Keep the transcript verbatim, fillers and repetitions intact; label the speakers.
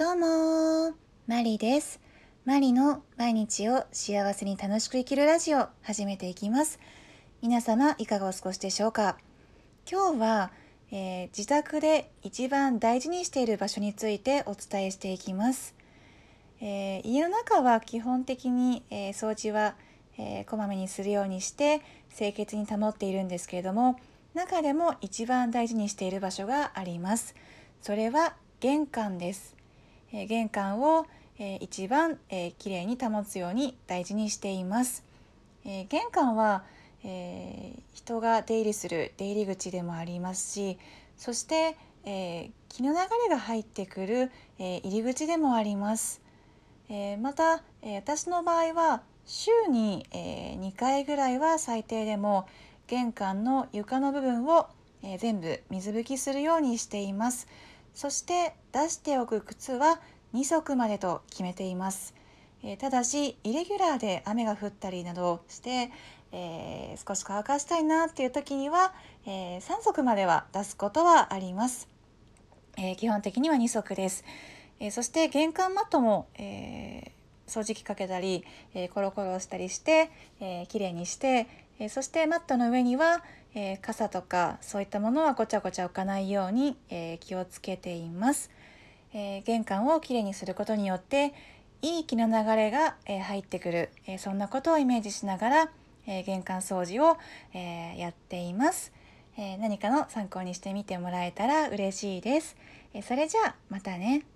Speaker 1: どうもマリです。マリの毎日を幸せに楽しく生きるラジオ始めていきます。皆様いかがお過ごしでしょうか。今日は、えー、自宅で一番大事にしている場所についてお伝えしていきます。えー、家の中は基本的に、えー、掃除は、えー、こまめにするようにして清潔に保っているんですけれども、中でも一番大事にしている場所があります。それは玄関です。えー、玄関を、えー、一番、えー、きれいに保つように大事にしています。えー、玄関は、えー、人が出入りする出入り口でもありますし、そして、えー、気の流れが入ってくる、えー、入り口でもあります。えー、また、えー、私の場合は週に、えー、にかいぐらいは最低でも玄関の床の部分を、えー、全部水拭きするようにしています。そして出しておく靴はにそくまでと決めています。えー、ただしイレギュラーで雨が降ったりなどして、えー、少し乾かしたいなっていう時には、えー、さんそくまでは出すことはあります。えー、基本的にはにそくです。えー、そして玄関マットも、えー、掃除機かけたり、えー、コロコロしたりして、えー、きれいにして、えー、そしてマットの上には、えー、傘とかそういったものはごちゃごちゃ置かないように、えー、気をつけています。えー、玄関をきれいにすることによっていい気の流れが、えー、入ってくる、えー、そんなことをイメージしながら、えー、玄関掃除を、えー、やっています。えー、何かの参考にしてみてもらえたら嬉しいです。えー、それじゃあまたね。